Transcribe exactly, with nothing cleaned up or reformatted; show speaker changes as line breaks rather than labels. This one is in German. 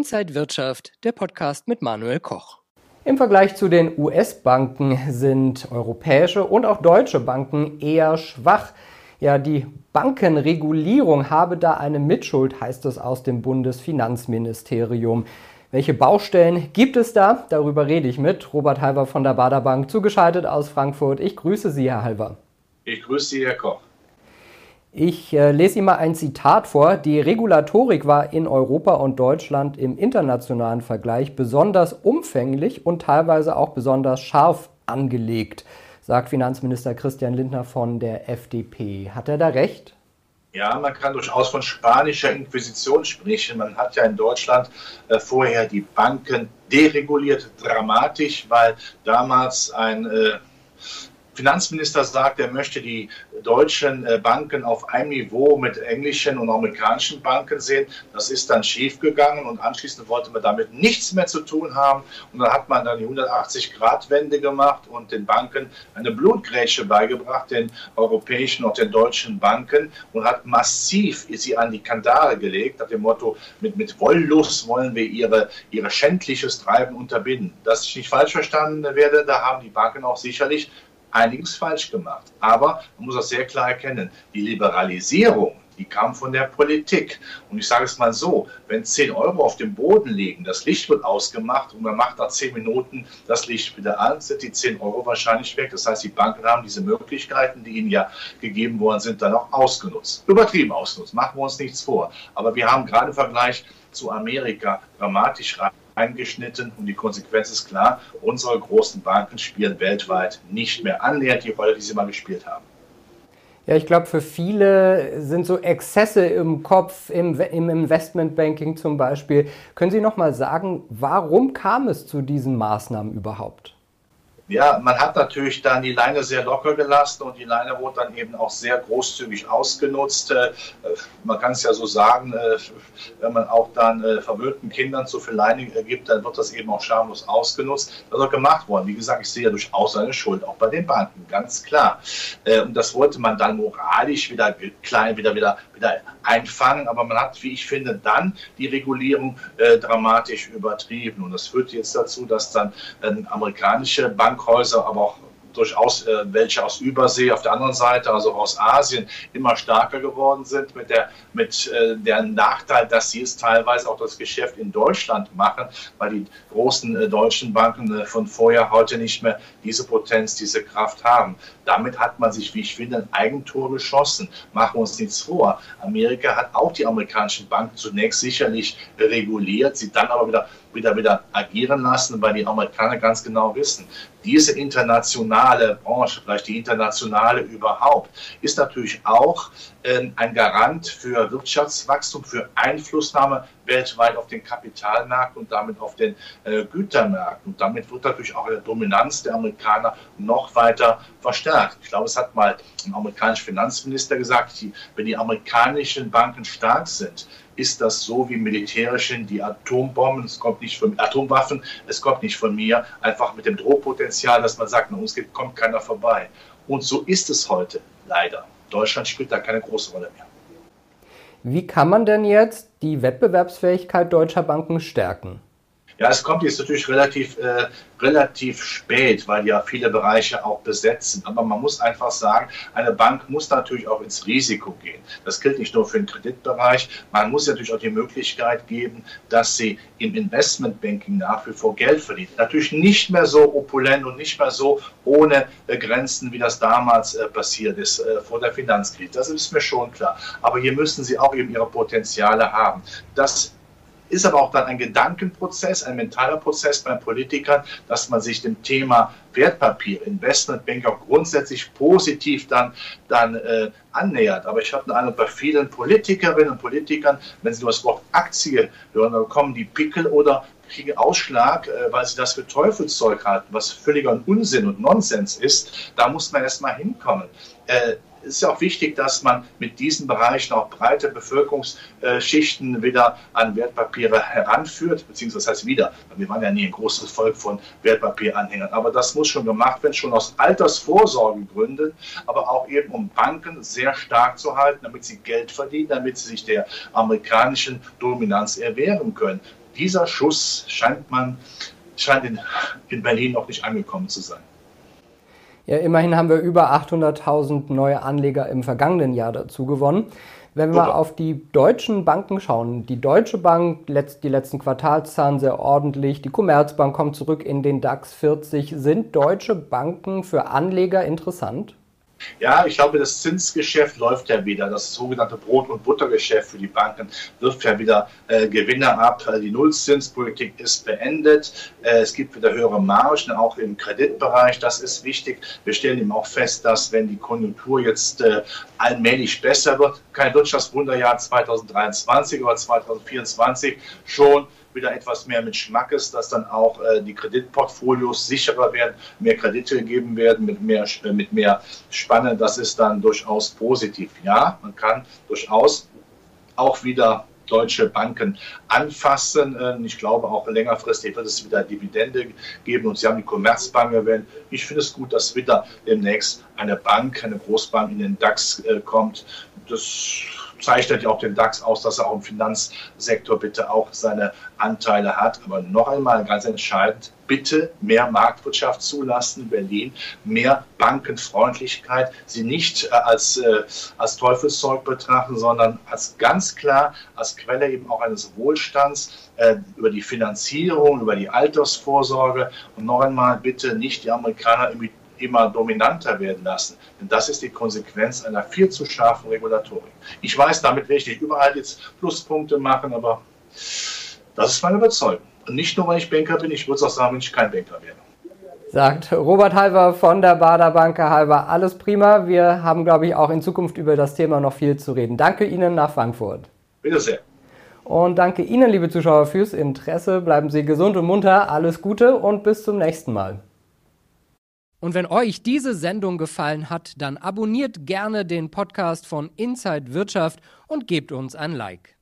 Inside Wirtschaft, der Podcast mit Manuel Koch.
Im Vergleich zu den U S-Banken sind europäische und auch deutsche Banken eher schwach. Ja, die Bankenregulierung habe da eine Mitschuld, heißt es aus dem Bundesfinanzministerium. Welche Baustellen gibt es da? Darüber rede ich mit Robert Halver von der Baader Bank, zugeschaltet aus Frankfurt. Ich grüße Sie, Herr Halver.
Ich grüße Sie, Herr Koch.
Ich äh, lese Ihnen mal ein Zitat vor. Die Regulatorik war in Europa und Deutschland im internationalen Vergleich besonders umfänglich und teilweise auch besonders scharf angelegt, sagt Finanzminister Christian Lindner von der F D P. Hat er da recht?
Ja, man kann durchaus von spanischer Inquisition sprechen. Man hat ja in Deutschland äh, vorher die Banken dereguliert, dramatisch, weil damals ein äh, Finanzminister sagt, er möchte die deutschen Banken auf einem Niveau mit englischen und amerikanischen Banken sehen. Das ist dann schiefgegangen und anschließend wollte man damit nichts mehr zu tun haben. Und dann hat man dann die hundertachtzig-Grad-Wende gemacht und den Banken eine Blutgrätsche beigebracht, den europäischen und den deutschen Banken, und hat massiv sie an die Kandare gelegt, nach dem Motto, mit, mit Wollust wollen wir ihre, ihre schändliches Treiben unterbinden. Dass ich nicht falsch verstanden werde, da haben die Banken auch sicherlich einiges falsch gemacht. Aber man muss das sehr klar erkennen, die Liberalisierung, die kam von der Politik. Und ich sage es mal so, wenn zehn Euro auf dem Boden liegen, das Licht wird ausgemacht und man macht nach zehn Minuten das Licht wieder an, sind die zehn Euro wahrscheinlich weg. Das heißt, die Banken haben diese Möglichkeiten, die ihnen ja gegeben worden sind, dann auch ausgenutzt. Übertrieben ausgenutzt, machen wir uns nichts vor. Aber wir haben gerade im Vergleich zu Amerika dramatisch eingeschnitten und die Konsequenz ist klar, unsere großen Banken spielen weltweit nicht mehr annähernd die Rolle, die sie mal gespielt haben.
Ja, ich glaube, für viele sind so Exzesse im Kopf, im, im Investmentbanking zum Beispiel. Können Sie noch mal sagen, warum kam es zu diesen Maßnahmen überhaupt?
Ja, man hat natürlich dann die Leine sehr locker gelassen und die Leine wurde dann eben auch sehr großzügig ausgenutzt. Man kann es ja so sagen, wenn man auch dann verwöhnten Kindern zu viel Leine gibt, dann wird das eben auch schamlos ausgenutzt. Das ist auch gemacht worden. Wie gesagt, ich sehe ja durchaus eine Schuld, auch bei den Banken, ganz klar. Und das wollte man dann moralisch wieder klein, wieder, wieder, wieder einfangen. Aber man hat, wie ich finde, dann die Regulierung äh, dramatisch übertrieben. Und das führt jetzt dazu, dass dann äh, amerikanische Bankhäuser, aber auch durchaus äh, welche aus Übersee auf der anderen Seite, also aus Asien, immer stärker geworden sind, mit der mit äh, der Nachteil, dass sie es teilweise auch das Geschäft in Deutschland machen, weil die großen äh, deutschen Banken äh, von vorher heute nicht mehr diese Potenz, diese Kraft haben. Damit hat man sich, wie ich finde, ein Eigentor geschossen. Machen wir uns nichts vor. Amerika hat auch die amerikanischen Banken zunächst sicherlich reguliert, sie dann aber wieder wieder wieder agieren lassen, weil die Amerikaner ganz genau wissen, diese internationale Branche, vielleicht die internationale überhaupt, ist natürlich auch äh, ein Garant für Wirtschaftswachstum, für Einflussnahme weltweit auf den Kapitalmarkt und damit auf den äh, Gütermärkten. Und damit wird natürlich auch die Dominanz der Amerikaner noch weiter verstärkt. Ich glaube, es hat mal ein amerikanischer Finanzminister gesagt, die, wenn die amerikanischen Banken stark sind, ist das so wie militärischen die Atombomben, es kommt nicht von Atomwaffen, es kommt nicht von mir, einfach mit dem Drohpotenzial, dass man sagt, na, uns gibt, kommt keiner vorbei. Und so ist es heute leider. Deutschland spielt da keine große Rolle mehr.
Wie kann man denn jetzt die Wettbewerbsfähigkeit deutscher Banken stärken?
Ja, es kommt jetzt natürlich relativ, äh, relativ spät, weil ja viele Bereiche auch besetzen. Aber man muss einfach sagen, eine Bank muss natürlich auch ins Risiko gehen. Das gilt nicht nur für den Kreditbereich. Man muss natürlich auch die Möglichkeit geben, dass sie im Investmentbanking nach wie vor Geld verdient. Natürlich nicht mehr so opulent und nicht mehr so ohne äh, Grenzen, wie das damals äh, passiert ist, äh, vor der Finanzkrise. Das ist mir schon klar. Aber hier müssen sie auch eben ihre Potenziale haben. Das ist aber auch dann ein Gedankenprozess, ein mentaler Prozess bei Politikern, dass man sich dem Thema Wertpapier, Investmentbank auch grundsätzlich positiv dann, dann äh, annähert. Aber ich habe den Eindruck, bei vielen Politikerinnen und Politikern, wenn sie nur das Wort Aktie hören, dann bekommen die Pickel oder kriegen Ausschlag, äh, weil sie das für Teufelszeug halten, was völliger Unsinn und Nonsens ist. Da muss man erst mal hinkommen. Äh, Es ist ja auch wichtig, dass man mit diesen Bereichen auch breite Bevölkerungsschichten wieder an Wertpapiere heranführt, beziehungsweise das heißt wieder, wir waren ja nie ein großes Volk von Wertpapieranhängern, aber das muss schon gemacht werden, schon aus Altersvorsorgegründen, aber auch eben um Banken sehr stark zu halten, damit sie Geld verdienen, damit sie sich der amerikanischen Dominanz erwehren können. dieser Schuss scheint man, scheint in, in Berlin noch nicht angekommen zu sein.
Ja, immerhin haben wir über achthunderttausend neue Anleger im vergangenen Jahr dazu gewonnen. Wenn wir Super. auf die deutschen Banken schauen, die Deutsche Bank, die letzten Quartalszahlen sehr ordentlich, die Commerzbank kommt zurück in den DAX vierzig. Sind deutsche Banken für Anleger interessant?
Ja, ich glaube, das Zinsgeschäft läuft ja wieder. Das sogenannte Brot- und Buttergeschäft für die Banken wirft ja wieder äh, Gewinne ab. Die Nullzinspolitik ist beendet. Äh, es gibt wieder höhere Margen, auch im Kreditbereich. Das ist wichtig. Wir stellen eben auch fest, dass wenn die Konjunktur jetzt äh, allmählich besser wird, kein Wirtschaftswunderjahr zweitausenddreiundzwanzig, aber zweitausendvierundzwanzig schon wieder etwas mehr mit Schmackes, dass dann auch äh, die Kreditportfolios sicherer werden, mehr Kredite gegeben werden, mit mehr, äh, mit mehr Spanne. Das ist dann durchaus positiv. Ja, man kann durchaus auch wieder deutsche Banken anfassen. Ich glaube, auch längerfristig wird es wieder Dividende geben. Und Sie haben die Commerzbank erwähnt. Ich finde es gut, dass wieder demnächst eine Bank, eine Großbank in den DAX äh, kommt. Das zeichnet ja auch den DAX aus, dass er auch im Finanzsektor bitte auch seine Anteile hat. Aber noch einmal ganz entscheidend, bitte mehr Marktwirtschaft zulassen, Berlin, mehr Bankenfreundlichkeit, sie nicht äh, als, äh, als Teufelszeug betrachten, sondern als ganz klar, als Quelle eben auch eines Wohlstands, äh, über die Finanzierung, über die Altersvorsorge. Und noch einmal bitte nicht die Amerikaner irgendwie immer dominanter werden lassen. Denn das ist die Konsequenz einer viel zu scharfen Regulatorik. Ich weiß, damit werde ich nicht überall jetzt Pluspunkte machen, aber das ist meine Überzeugung. Und nicht nur, weil ich Banker bin, ich würde es auch sagen, wenn ich kein Banker wäre.
Sagt Robert Halver von der Baader Bank. Herr Halver, alles prima. Wir haben, glaube ich, auch in Zukunft über das Thema noch viel zu reden. Danke Ihnen nach Frankfurt.
Bitte sehr.
Und danke Ihnen, liebe Zuschauer, fürs Interesse. Bleiben Sie gesund und munter. Alles Gute und bis zum nächsten Mal.
Und wenn euch diese Sendung gefallen hat, dann abonniert gerne den Podcast von Inside Wirtschaft und gebt uns ein Like.